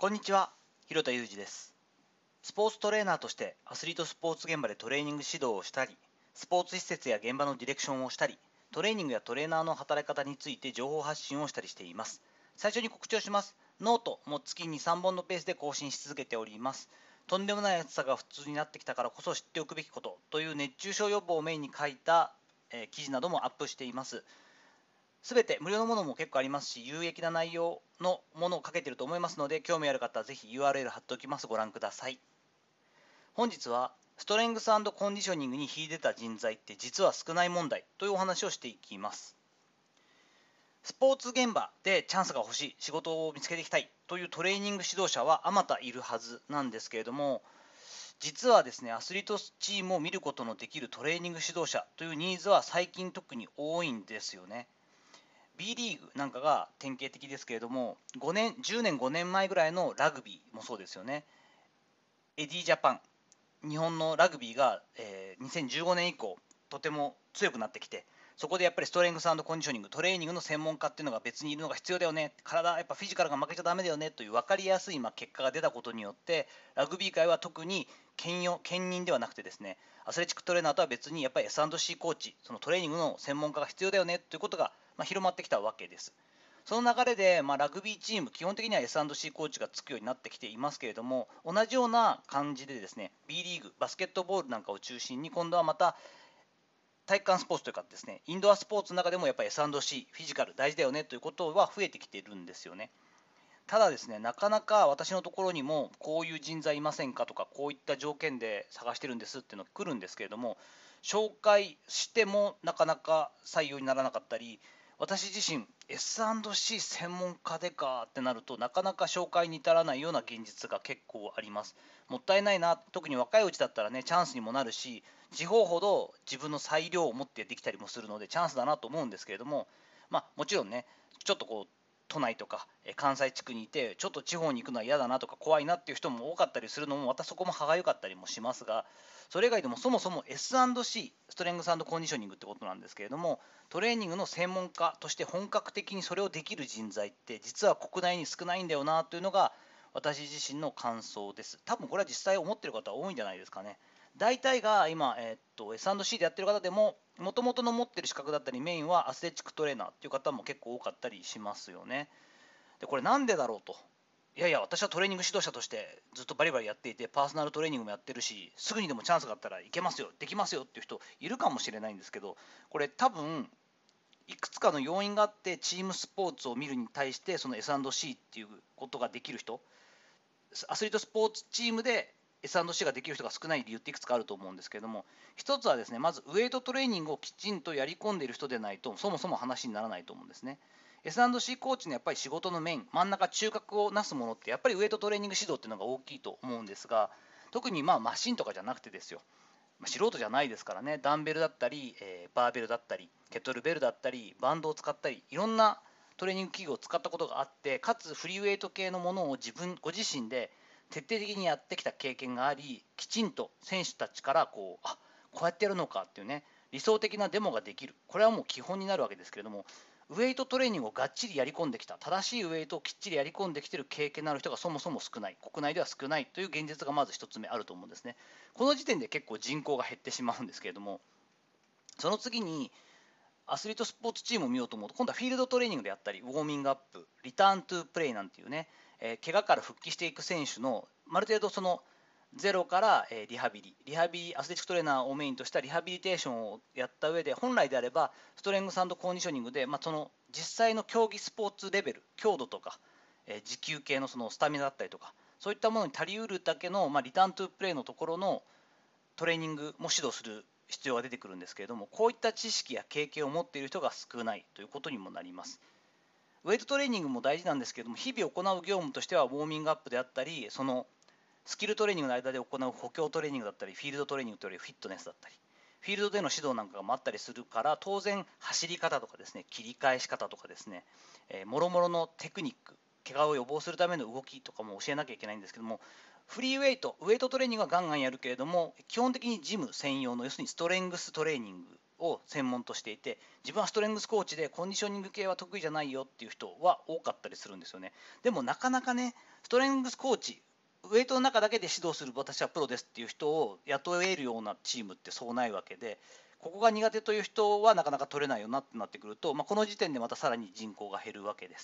こんにちは、広田裕二です。スポーツトレーナーとしてアスリートスポーツ現場でトレーニング指導をしたり、スポーツ施設や現場のディレクションをしたり、トレーニングやトレーナーの働き方について情報発信をしたりしています。最初に告知をします。ノートも月に3本のペースで更新し続けております。とんでもない暑さが普通になってきたからこそ知っておくべきことという熱中症予防をメインに書いた、記事などもアップしています。すべて無料のものも結構ありますし、有益な内容のものを書けていると思いますので、興味ある方はぜひ URL 貼っておきます。ご覧ください。本日は、ストレングス&コンディショニングに秀でた人材って実は少ない問題というお話をしていきます。スポーツ現場でチャンスが欲しい、仕事を見つけていきたいというトレーニング指導者はあまたいるはずなんですけれども、実はですね、アスリートチームを見ることのできるトレーニング指導者というニーズは最近特に多いんですよね。B リーグなんかが典型的ですけれども、5年、10年、5年前ぐらいのラグビーもそうですよね。エディジャパン、日本のラグビーが、2015年以降、とても強くなってきて、そこでやっぱりストレングス&コンディショニング、トレーニングの専門家っていうのが別にいるのが必要だよね、体、やっぱフィジカルが負けちゃだめだよねという分かりやすい結果が出たことによって、ラグビー界は特に兼任ではなくてですね、アスレチックトレーナーとは別にやっぱり S&C コーチ、そのトレーニングの専門家が必要だよねということが、広まってきたわけです。その流れで、ラグビーチーム、基本的には S&C コーチがつくようになってきていますけれども、同じような感じでですね、B リーグ、バスケットボールなんかを中心に、今度はまた体育館スポーツというかですね、インドアスポーツの中でもやっぱり S&C、フィジカル大事だよねということは増えてきているんですよね。ただですね、なかなか私のところにもこういう人材いませんかとか、こういった条件で探してるんですっていうのが来るんですけれども、紹介してもなかなか採用にならなかったり、私自身 S&C 専門家でかってなるとなかなか紹介に至らないような現実が結構あります。もったいないな、特に若いうちだったらねチャンスにもなるし、地方ほど自分の裁量を持ってできたりもするのでチャンスだなと思うんですけれども、もちろんねちょっと都内とか関西地区にいてちょっと地方に行くのは嫌だなとか怖いなっていう人も多かったりするのもまたそこも歯がゆかったりもしますが、それ以外でもそもそも S&C ストレングス&コンディショニングってことなんですけれども、トレーニングの専門家として本格的にそれをできる人材って実は国内に少ないんだよなというのが私自身の感想です。多分これは実際思っている方は多いんじゃないですかね。大体が今、S&C でやってる方でも、もともとの持ってる資格だったり、メインはアスレチックトレーナーっていう方も結構多かったりしますよね。で、これなんでだろうと。いやいや、私はトレーニング指導者としてずっとバリバリやっていて、パーソナルトレーニングもやってるし、すぐにでもチャンスがあったらいけますよ、できますよっていう人いるかもしれないんですけど、これ多分、いくつかの要因があって、チームスポーツを見るに対して、その S&C っていうことができる人、アスリートスポーツチームで S&C ができる人が少ない理由っていくつかあると思うんですけれども、一つはですね、まずウエイトトレーニングをきちんとやり込んでいる人でないと、そもそも話にならないと思うんですね。S&C コーチのやっぱり仕事のメイン、真ん中、中核をなすものって、やっぱりウエイトトレーニング指導っていうのが大きいと思うんですが、特にマシンとかじゃなくてですよ、素人じゃないですからね、ダンベルだったり、バーベルだったり、ケトルベルだったり、バンドを使ったり、いろんなトレーニング器具を使ったことがあって、かつフリーウェイト系のものをご自身で徹底的にやってきた経験があり、きちんと選手たちからこうやってやるのかっていうね、理想的なデモができる、これはもう基本になるわけですけれども、ウエイトトレーニングをがっちりやり込んできた、正しいウエイトをきっちりやり込んできている経験のある人がそもそも少ない、国内では少ないという現実がまず一つ目あると思うんですね。この時点で結構人口が減ってしまうんですけれども、その次にアスリートスポーツチームを見ようと思うと、今度はフィールドトレーニングであったり、ウォーミングアップ、リターントゥープレイなんていうね、怪我から復帰していく選手の、ある程度そのゼロから、リハビリ、アスレチックトレーナーをメインとしたリハビリテーションをやった上で、本来であれば、ストレングス&コンディショニングで、その実際の競技スポーツレベル、強度とか、持久系のそのスタミナだったりとか、そういったものに足りうるだけの、リターントゥープレイのところのトレーニングも指導する必要が出てくるんですけれども、こういった知識や経験を持っている人が少ないということにもなります。ウェイトトレーニングも大事なんですけれども、日々行う業務としてはウォーミングアップであったり、そのスキルトレーニングの間で行う補強トレーニングだったり、フィールドトレーニングというよりフィットネスだったり、フィールドでの指導なんかがあったりするから、当然走り方とかですね、切り返し方とかですね、もろもろのテクニック、怪我を予防するための動きとかも教えなきゃいけないんですけども、フリーウェイトトレーニングはガンガンやるけれども、基本的にジム専用の、要するにストレングストレーニングを専門としていて、自分はストレングスコーチでコンディショニング系は得意じゃないよっていう人は多かったりするんですよね。でもなかなかね、ストレングスコーチ、ウエイトの中だけで指導する私はプロですっていう人を雇えるようなチームってそうないわけで、ここが苦手という人はなかなか取れないよなってなってくると、この時点でまたさらに人口が減るわけです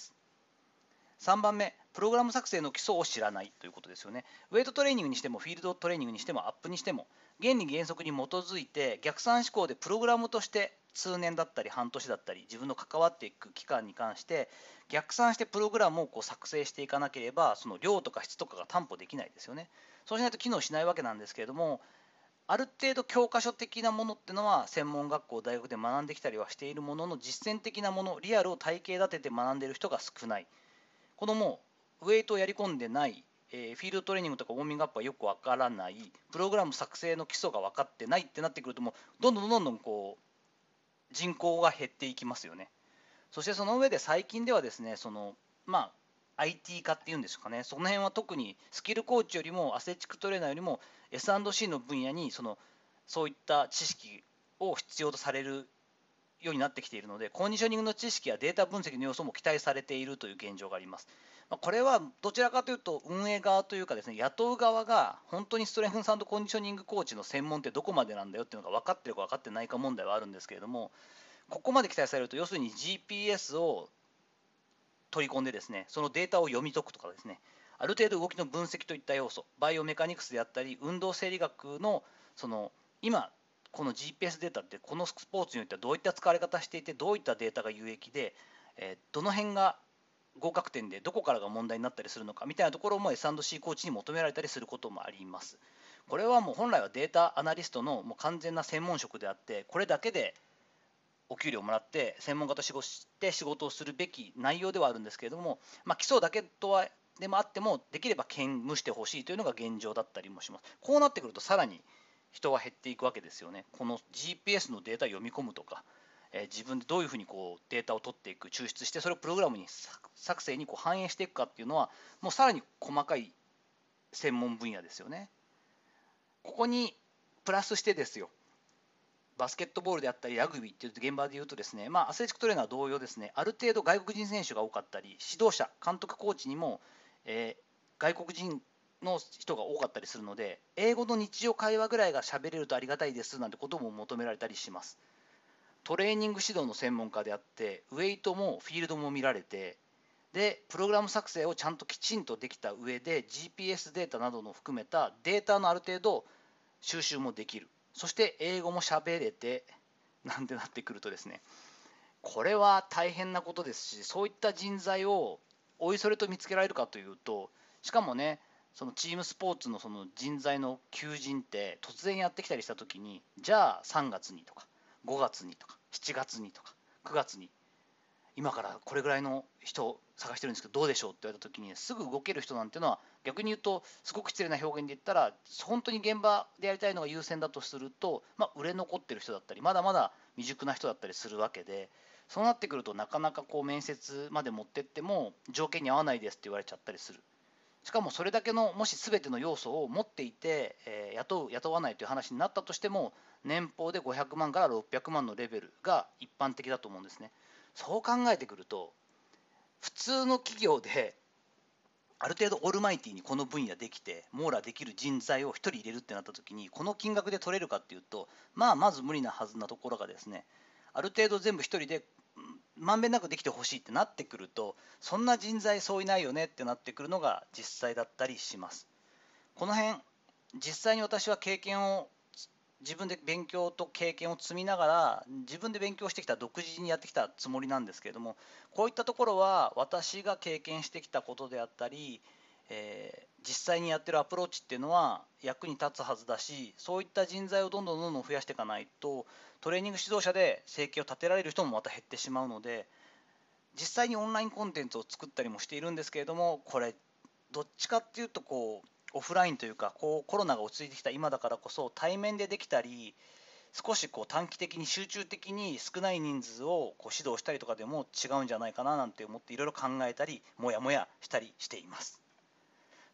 。3番目、プログラム作成の基礎を知らないということですよね。ウェイトトレーニングにしても、フィールドトレーニングにしても、アップにしても、原理原則に基づいて逆算思考でプログラムとして通年だったり半年だったり自分の関わっていく期間に関して逆算してプログラムを作成していかなければ、その量とか質とかが担保できないですよね。そうしないと機能しないわけなんですけれども、ある程度教科書的なものっていうのは専門学校大学で学んできたりはしているものの、実践的なものリアルを体系立てて学んでいる人が少ない。このもうウェイトをやり込んでない、フィールドトレーニングとかウォーミングアップはよくわからない、プログラム作成の基礎が分かってないってなってくると、もうどんどんどんどん人口が減っていきますよね。そしてその上で最近ではですね、IT 化っていうんですかね、その辺は特にスキルコーチよりもアスレチックトレーナーよりも S&C の分野にそういった知識を必要とされるようになってきているので、コンディショニングの知識やデータ分析の要素も期待されているという現状があります。これはどちらかというと運営側というかですね、雇う側が本当にストレングスコンディショニングコーチの専門ってどこまでなんだよっていうのが分かってるか分かってないか問題はあるんですけれども、ここまで期待されると要するに GPS を取り込んでですね、そのデータを読み解くとかですね、ある程度動きの分析といった要素、バイオメカニクスであったり運動生理学の今この GPS データってこのスポーツにおいてはどういった使われ方していて、どういったデータが有益で、どの辺が合格点でどこからが問題になったりするのかみたいなところも S&C コーチに求められたりすることもあります。これはもう本来はデータアナリストのもう完全な専門職であって、これだけでお給料をもらって専門家として仕事をするべき内容ではあるんですけれども、基礎だけとはでもあってもできれば兼務してほしいというのが現状だったりもします。こうなってくるとさらに人は減っていくわけですよね。この GPS のデータを読み込むとか、自分でどういうふうにデータを取っていく、抽出してそれをプログラムに作成に反映していくかっていうのはもうさらに細かい専門分野ですよね。ここにプラスしてですよ、バスケットボールであったりラグビーっていう現場でいうとですね、アスレチックトレーナー同様ですね、ある程度外国人選手が多かったり、指導者、監督、コーチにも、外国人の人が多かったりするので、英語の日常会話ぐらいが喋れるとありがたいですなんてことも求められたりします。トレーニング指導の専門家であって、ウェイトもフィールドも見られて、でプログラム作成をちゃんときちんとできた上で GPS データなどの含めたデータのある程度収集もできる、そして英語も喋れてなんてなってくるとですね、これは大変なことですし、そういった人材をおいそれと見つけられるかというと、しかもね、そのチームスポーツのその人材の求人って突然やってきたりしたときに、じゃあ3月にとか5月にとか7月にとか9月に今からこれぐらいの人を探してるんですけどどうでしょうって言われた時にすぐ動ける人なんていうのは、逆に言うとすごく失礼な表現で言ったら本当に現場でやりたいのが優先だとすると、売れ残ってる人だったりまだまだ未熟な人だったりするわけで、そうなってくるとなかなか面接まで持ってっても条件に合わないですって言われちゃったりする。しかもそれだけのもし全ての要素を持っていて、雇わないという話になったとしても年俸で500万から600万のレベルが一般的だと思うんですね。そう考えてくると普通の企業である程度オールマイティにこの分野できて網羅できる人材を1人入れるってなった時にこの金額で取れるかっていうと、まず無理なはずなところがですね、ある程度全部1人でまんべんなくできてほしいってなってくると、そんな人材そういないよねってなってくるのが実際だったりします。この辺実際に私は経験を自分で勉強と経験を積みながら自分で勉強してきた独自にやってきたつもりなんですけれども、こういったところは私が経験してきたことであったり、実際にやってるアプローチっていうのは役に立つはずだし、そういった人材をどんどんどんどん増やしていかないとトレーニング指導者で生計を立てられる人もまた減ってしまうので、実際にオンラインコンテンツを作ったりもしているんですけれども、これどっちかっていうとオフラインというかコロナが落ち着いてきた今だからこそ対面でできたり、少し短期的に集中的に少ない人数を指導したりとかでも違うんじゃないかななんて思っていろいろ考えたりもやもやしたりしています。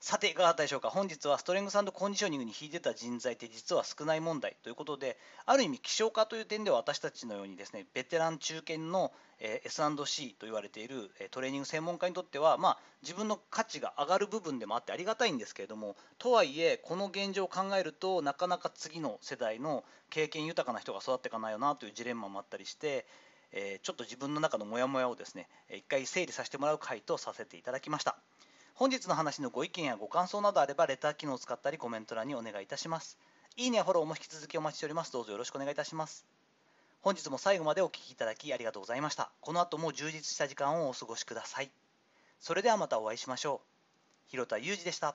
さていかがだったでしょうか。本日はストレングス&コンディショニングに秀でた人材って実は少ない問題ということで、ある意味希少化という点では私たちのようにですね、ベテラン中堅の S&C と言われているトレーニング専門家にとっては、自分の価値が上がる部分でもあってありがたいんですけれども、とはいえこの現状を考えるとなかなか次の世代の経験豊かな人が育っていかないよなというジレンマもあったりして、ちょっと自分の中のモヤモヤをですね一回整理させてもらう回とさせていただきました。本日の話のご意見やご感想などあればレター機能を使ったりコメント欄にお願いいたします。いいねやフォローも引き続きお待ちしております。どうぞよろしくお願いいたします。本日も最後までお聞きいただきありがとうございました。この後も充実した時間をお過ごしください。それではまたお会いしましょう。広田裕二でした。